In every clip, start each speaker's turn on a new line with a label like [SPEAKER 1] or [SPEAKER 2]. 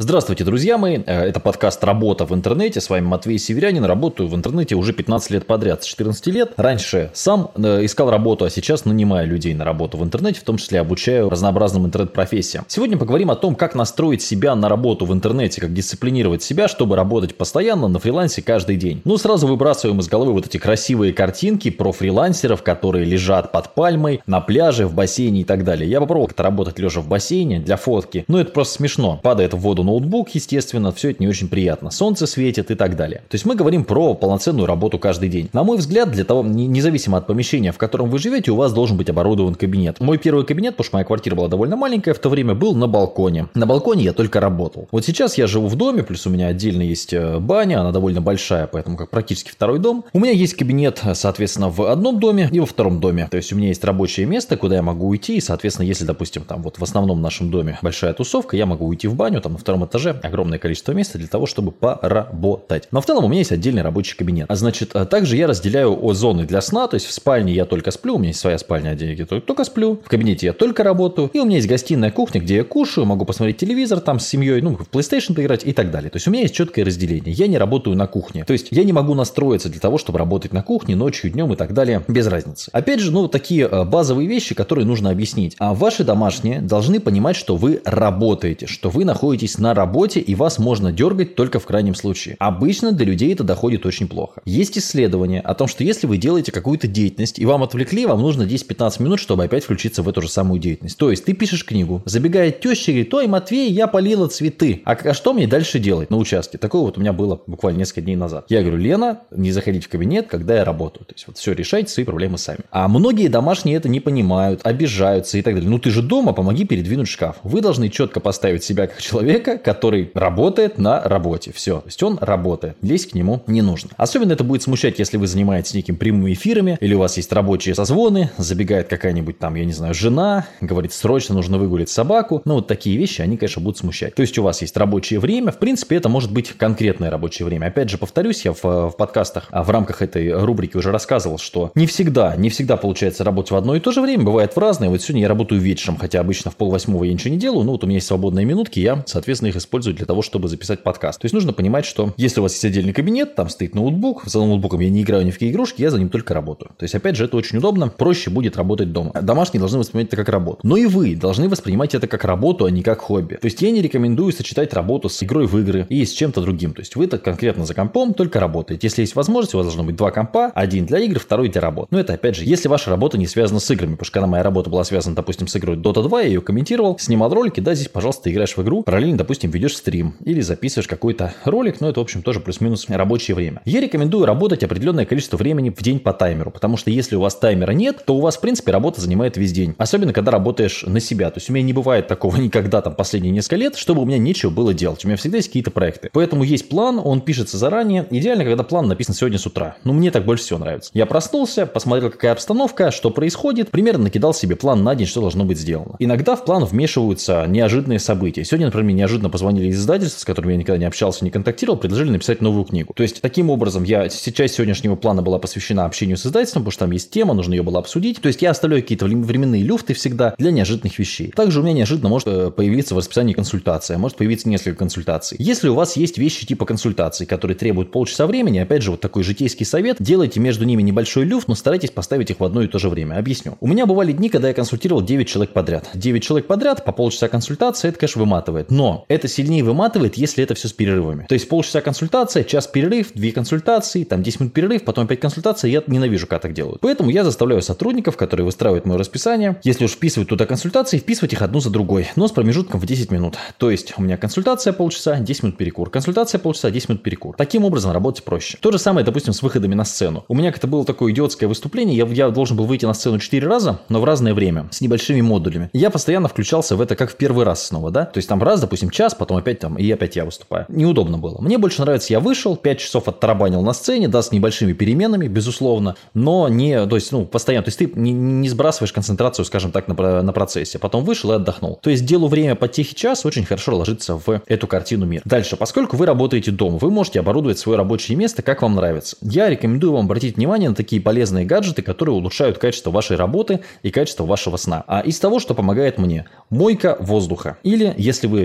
[SPEAKER 1] Здравствуйте, друзья мои. Это подкаст «Работа в интернете». С вами Матвей Северянин. Работаю в интернете уже 15 лет подряд, с 14 лет. Раньше сам искал работу, а сейчас нанимаю людей на работу в интернете, в том числе обучаю разнообразным интернет-профессиям. Сегодня поговорим о том, как настроить себя на работу в интернете, как дисциплинировать себя, чтобы работать постоянно на фрилансе каждый день. Сразу выбрасываем из головы вот эти красивые картинки про фрилансеров, которые лежат под пальмой, на пляже, в бассейне и так далее. Я попробовал как-то работать лежа в бассейне для фотки, но это просто смешно. Падает в воду ноутбук, естественно, все это не очень приятно. Солнце светит и так далее. То есть мы говорим про полноценную работу каждый день. На мой взгляд, для того, независимо от помещения, в котором вы живете, у вас должен быть оборудован кабинет. Мой первый кабинет, потому что моя квартира была довольно маленькая в то время, был на балконе. На балконе я только работал. Вот сейчас я живу в доме, плюс у меня отдельно есть баня, она довольно большая, поэтому как практически второй дом. У меня есть кабинет, соответственно, в одном доме и во втором доме. То есть у меня есть рабочее место, куда я могу уйти, и, соответственно, если, допустим, там вот в основном нашем доме большая тусовка, я могу уйти в баню, там на втором этаже огромное количество места для того, чтобы поработать. Но в целом у меня есть отдельный рабочий кабинет. Также я разделяю зоны для сна, то есть в спальне я только сплю, у меня есть своя спальня, где я только сплю, в кабинете я только работаю, и у меня есть гостиная, кухня, где я кушаю, могу посмотреть телевизор там с семьей, в PlayStation поиграть и так далее. То есть у меня есть четкое разделение. Я не работаю на кухне. То есть я не могу настроиться для того, чтобы работать на кухне ночью, днем и так далее, без разницы. Опять же, такие базовые вещи, которые нужно объяснить. А ваши домашние должны понимать, что вы работаете, что вы находитесь на работе, и вас можно дергать только в крайнем случае. Обычно до людей это доходит очень плохо. Есть исследование о том, что если вы делаете какую-то деятельность, и вам отвлекли, вам нужно 10-15 минут, чтобы опять включиться в эту же самую деятельность. То есть ты пишешь книгу, забегает теща и говорит: ой, Матвей, я полила цветы. А что мне дальше делать на участке? Такое вот у меня было буквально несколько дней назад. Я говорю: Лена, не заходите в кабинет, когда я работаю. То есть вот все, решайте свои проблемы сами. А многие домашние это не понимают, обижаются и так далее. Ты же дома, помоги передвинуть шкаф. Вы должны четко поставить себя как человека, который работает на работе. Все. То есть он работает. Лезть к нему не нужно. Особенно это будет смущать, если вы занимаетесь некими прямыми эфирами, или у вас есть рабочие созвоны, забегает какая-нибудь там, я не знаю, жена, говорит: срочно нужно выгулять собаку. Вот такие вещи, они, конечно, будут смущать. То есть у вас есть рабочее время. В принципе, это может быть конкретное рабочее время. Опять же, повторюсь, я в подкастах в рамках этой рубрики уже рассказывал, что не всегда получается работать в одно и то же время. Бывает в разное. Вот сегодня я работаю вечером, хотя обычно в 7:30 я ничего не делаю. У меня есть свободные минутки, я, соответственно, их использую для того, чтобы записать подкаст. То есть нужно понимать, что если у вас есть отдельный кабинет, там стоит ноутбук, за ноутбуком я не играю ни в какие игрушки, я за ним только работаю. То есть, опять же, это очень удобно, проще будет работать дома. Домашние должны воспринимать это как работу. Но и вы должны воспринимать это как работу, а не как хобби. То есть я не рекомендую сочетать работу с игрой в игры и с чем-то другим. То есть вы так конкретно за компом только работаете. Если есть возможность, у вас должно быть 2 компа, один для игр, второй для работы. Но это, опять же, если ваша работа не связана с играми. Потому что когда моя работа была связана, допустим, с игрой Dota 2, я ее комментировал, снимал ролики, да, здесь, пожалуйста, ты играешь в игру, параллельно, допустим, ведешь стрим или записываешь какой-то ролик, это, в общем, тоже плюс-минус рабочее время. Я рекомендую работать определенное количество времени в день по таймеру, потому что если у вас таймера нет, то у вас, в принципе, работа занимает весь день. Особенно, когда работаешь на себя. То есть у меня не бывает такого никогда последние несколько лет, чтобы у меня нечего было делать. У меня всегда есть какие-то проекты. Поэтому есть план, он пишется заранее. Идеально, когда план написан сегодня с утра. Мне так больше всего нравится. Я проснулся, посмотрел, какая обстановка, что происходит, примерно накидал себе план на день, что должно быть сделано. Иногда в план вмешиваются неожиданные события. Сегодня, например, мне неожиданно позвонили из издательства, с которыми я никогда не общался, не контактировал, предложили написать новую книгу. То есть, таким образом, часть сегодняшнего плана была посвящена общению с издательством, потому что там есть тема, нужно ее было обсудить. То есть, я оставляю какие-то временные люфты всегда для неожиданных вещей. Также у меня неожиданно может появиться в расписании консультация, может появиться несколько консультаций. Если у вас есть вещи типа консультаций, которые требуют полчаса времени, опять же, вот такой житейский совет, делайте между ними небольшой люфт, но старайтесь поставить их в одно и то же время. Объясню. У меня бывали дни, когда я консультировал 9 человек подряд. 9 человек подряд по полчаса консультации, это, конечно, выматывает. Но это сильнее выматывает, если это все с перерывами. То есть полчаса консультация, час перерыв, 2 консультации, 10 минут перерыв, потом опять консультация. Я ненавижу, когда так делают. Поэтому я заставляю сотрудников, которые выстраивают мое расписание, если уж вписывать туда консультации, вписывать их одну за другой, но с промежутком в 10 минут. То есть у меня консультация полчаса, 10 минут перекур. Консультация полчаса, 10 минут перекур. Таким образом работать проще. То же самое, допустим, с выходами на сцену. У меня как-то было такое идиотское выступление, я должен был выйти на сцену 4 раза, но в разное время, с небольшими модулями. Я постоянно включался в это как в первый раз снова, да? То есть там раз, допустим, час, потом опять и опять я выступаю. Неудобно было. Мне больше нравится, я вышел, 5 часов оттарабанил на сцене, да, с небольшими переменами, безусловно, но не, то есть, постоянно, то есть ты не сбрасываешь концентрацию, скажем так, на процессе. Потом вышел и отдохнул. То есть делу время по техи час очень хорошо ложится в эту картину мира. Дальше, поскольку вы работаете дома, вы можете оборудовать свое рабочее место, как вам нравится. Я рекомендую вам обратить внимание на такие полезные гаджеты, которые улучшают качество вашей работы и качество вашего сна. А из того, что помогает мне, мойка воздуха. Или, если вы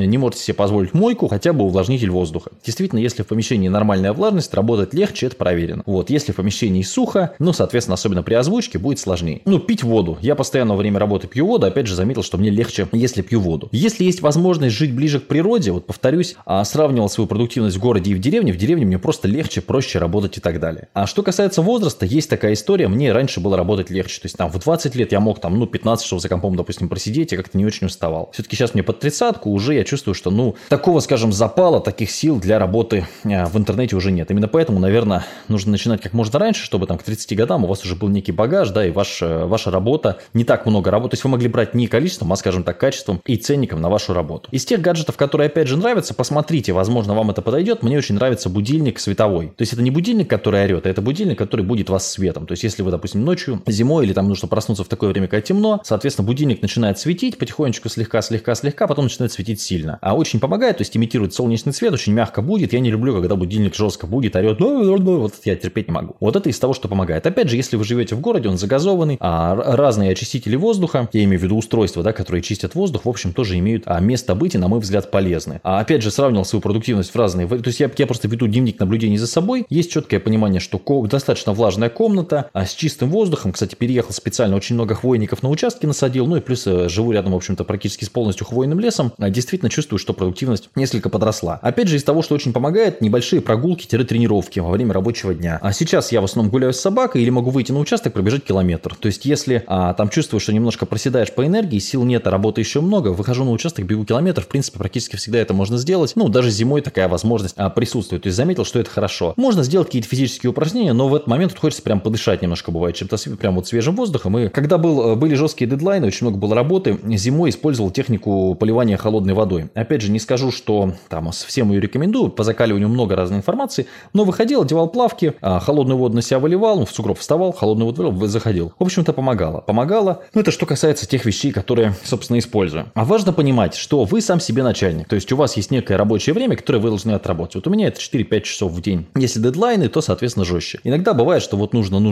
[SPEAKER 1] не можете себе позволить мойку, хотя бы увлажнитель воздуха. Действительно, если в помещении нормальная влажность, работать легче, это проверено. Вот, если в помещении сухо, ну, соответственно, особенно при озвучке, будет сложнее. Ну, пить воду. Я постоянно во время работы пью воду, опять же, заметил, что мне легче, если пью воду. Если есть возможность жить ближе к природе, вот повторюсь, сравнивал свою продуктивность в городе и в деревне мне просто легче, проще работать и так далее. А что касается возраста, есть такая история, мне раньше было работать легче. То есть там в 20 лет я мог там, 15 часов за компом, допустим, просидеть, я как-то не очень уставал. Все-таки сейчас мне под 30-ку, уже я чувствую, что, такого, скажем, запала, таких сил для работы в интернете уже нет. Именно поэтому, наверное, нужно начинать как можно раньше, чтобы там к 30 годам у вас уже был некий багаж, да, и ваша работа, не так много работы. То есть вы могли брать не количеством, а, скажем так, качеством и ценником на вашу работу. Из тех гаджетов, которые, опять же, нравятся, посмотрите, возможно, вам это подойдет. Мне очень нравится будильник световой. То есть это не будильник, который орет, а это будильник, который будет вас светом. То есть если вы, допустим, ночью, зимой или там нужно проснуться в такое время, когда темно, соответственно, будильник начинает светить потихонечку, слегка, потом начинает светить сильно. А очень помогает, то есть имитирует солнечный свет, очень мягко будет. Я не люблю, когда будильник жестко будет, орет, вот я терпеть не могу. Вот это из того, что помогает. Опять же, если вы живете в городе, он загазованный, разные очистители воздуха, я имею в виду устройства, да, которые чистят воздух, в общем, тоже имеют место быть и, на мой взгляд, полезны. Опять же, сравнивал свою продуктивность в разные... То есть я просто веду дневник наблюдений за собой. Есть четкое понимание, что достаточно влажная комната, с чистым воздухом. Кстати, переехал специально, очень много хвойников на участке насадил, и плюс живу рядом, в общем-то, практически с полностью хвойным лесом. Действительно чувствую, что продуктивность несколько подросла. Опять же, из того, что очень помогает, небольшие прогулки-тренировки во время рабочего дня. А сейчас я в основном гуляю с собакой или могу выйти на участок, пробежать километр. То есть, если там чувствую, что немножко проседаешь по энергии, сил нет, а работы еще много, выхожу на участок, бегу километр, в принципе, практически всегда это можно сделать. Даже зимой такая возможность присутствует. То есть, заметил, что это хорошо. Можно сделать какие-то физические упражнения, но в этот момент тут хочется прям подышать немножко, бывает, чем-то прям вот свежим воздухом. И когда были жесткие дедлайны, очень много было работы, зимой использовал технику поливания холодной водой. Опять же, не скажу, что там всем ее рекомендую, по закаливанию много разной информации, но выходил, одевал плавки, холодную воду на себя выливал, в сугроб вставал, холодную воду выливал, заходил. В общем-то, помогало. Но это что касается тех вещей, которые, собственно, использую. А важно понимать, что вы сам себе начальник. То есть у вас есть некое рабочее время, которое вы должны отработать. Вот у меня это 4-5 часов в день. Если дедлайны, то, соответственно, жестче. Иногда бывает, что вот нужно,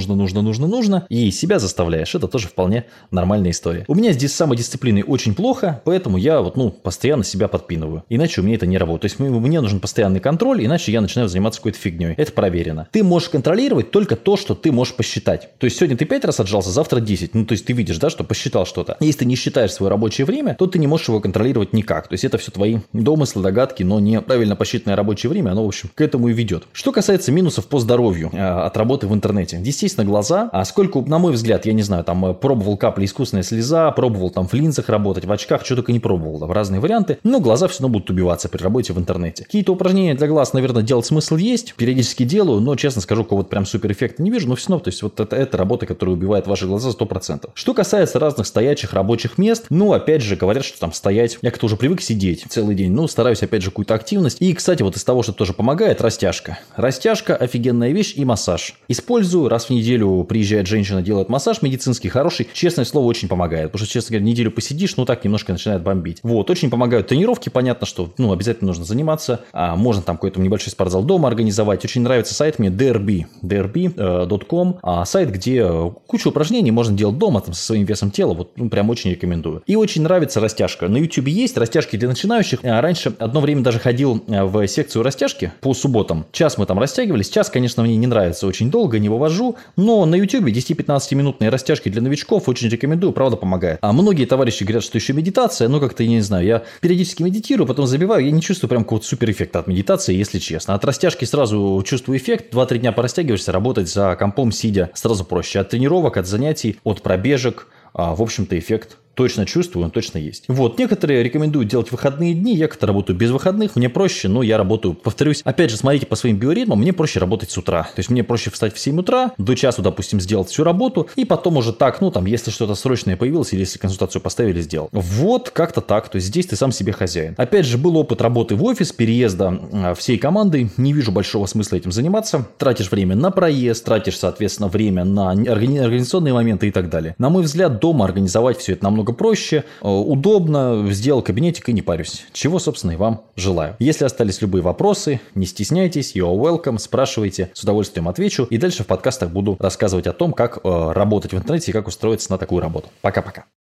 [SPEAKER 1] и себя заставляешь. Это тоже вполне нормальная история. У меня здесь с самодисциплиной очень плохо, поэтому я постоянно себя подпинываю. Иначе у меня это не работает. То есть мне нужен постоянный контроль, иначе я начинаю заниматься какой-то фигней. Это проверено. Ты можешь контролировать только то, что ты можешь посчитать. То есть сегодня ты 5 раз отжался, завтра 10. То есть ты видишь, да, что посчитал что-то. Если ты не считаешь свое рабочее время, то ты не можешь его контролировать никак. То есть это все твои домыслы, догадки, но неправильно посчитанное рабочее время, оно, в общем, к этому и ведет. Что касается минусов по здоровью от работы в интернете. Естественно, глаза. А сколько, на мой взгляд, я не знаю, там пробовал капли искусственная слеза, пробовал там в линзах работать, в очках, что только не пробовал, там разные варианты. Но глаза все равно будут убиваться при работе в интернете. Какие-то упражнения для глаз, наверное, делать смысл есть. Периодически делаю, но, честно скажу, какого-то прям супер эффекта не вижу. Но все равно, то есть вот это работа, которая убивает ваши глаза 100%. Что касается разных стоячих рабочих мест, опять же, говорят, что там стоять, я как-то уже привык сидеть целый день, стараюсь, опять же, какую-то активность. И, кстати, вот из того, что тоже помогает, растяжка. Растяжка – офигенная вещь, и массаж. Использую, раз в неделю приезжает женщина, делает массаж медицинский, хороший. Честное слово, очень помогает. Потому что, честно говоря, неделю посидишь, так немножко начинает бомбить. Вот, очень помогают тренировки, понятно, что, обязательно нужно заниматься. Можно там какой-то небольшой спортзал дома организовать. Очень нравится сайт мне drb.com, сайт, где куча упражнений можно делать дома, там, со своим весом тела. Вот, прям очень рекомендую. И очень нравится растяжка. На YouTube есть растяжки для начинающих. Раньше одно время даже ходил в секцию растяжки по субботам. Час мы там растягивались. Час, конечно, мне не нравится, очень долго, не вывожу. Но на YouTube 10-15 минутные растяжки для новичков очень рекомендую, правда помогает. А многие товарищи говорят, что еще медитация, как-то, я не знаю, я периодически медитирую, потом забиваю, я не чувствую прям какого-то супер эффекта от медитации, если честно. От растяжки сразу чувствую эффект, 2-3 дня порастягиваешься, работать за компом сидя сразу проще. От тренировок, от занятий, от пробежек, в общем-то, эффект точно чувствую, он точно есть. Вот, некоторые рекомендуют делать выходные дни, я как-то работаю без выходных, мне проще, но я работаю, повторюсь, опять же, смотрите по своим биоритмам, мне проще работать с утра. То есть мне проще встать в 7 утра, до часу, допустим, сделать всю работу, и потом уже так, если что-то срочное появилось, или если консультацию поставили, сделал. Вот, как-то так, то есть здесь ты сам себе хозяин. Опять же, был опыт работы в офис, переезда всей команды, не вижу большого смысла этим заниматься. Тратишь время на проезд, тратишь, соответственно, время на организационные моменты и так далее. На мой взгляд, дома организовать все это намного проще, удобно, сделал кабинетик и не парюсь. Чего, собственно, и вам желаю. Если остались любые вопросы, не стесняйтесь, you are welcome, спрашивайте, с удовольствием отвечу. И дальше в подкастах буду рассказывать о том, как работать в интернете и как устроиться на такую работу. Пока-пока.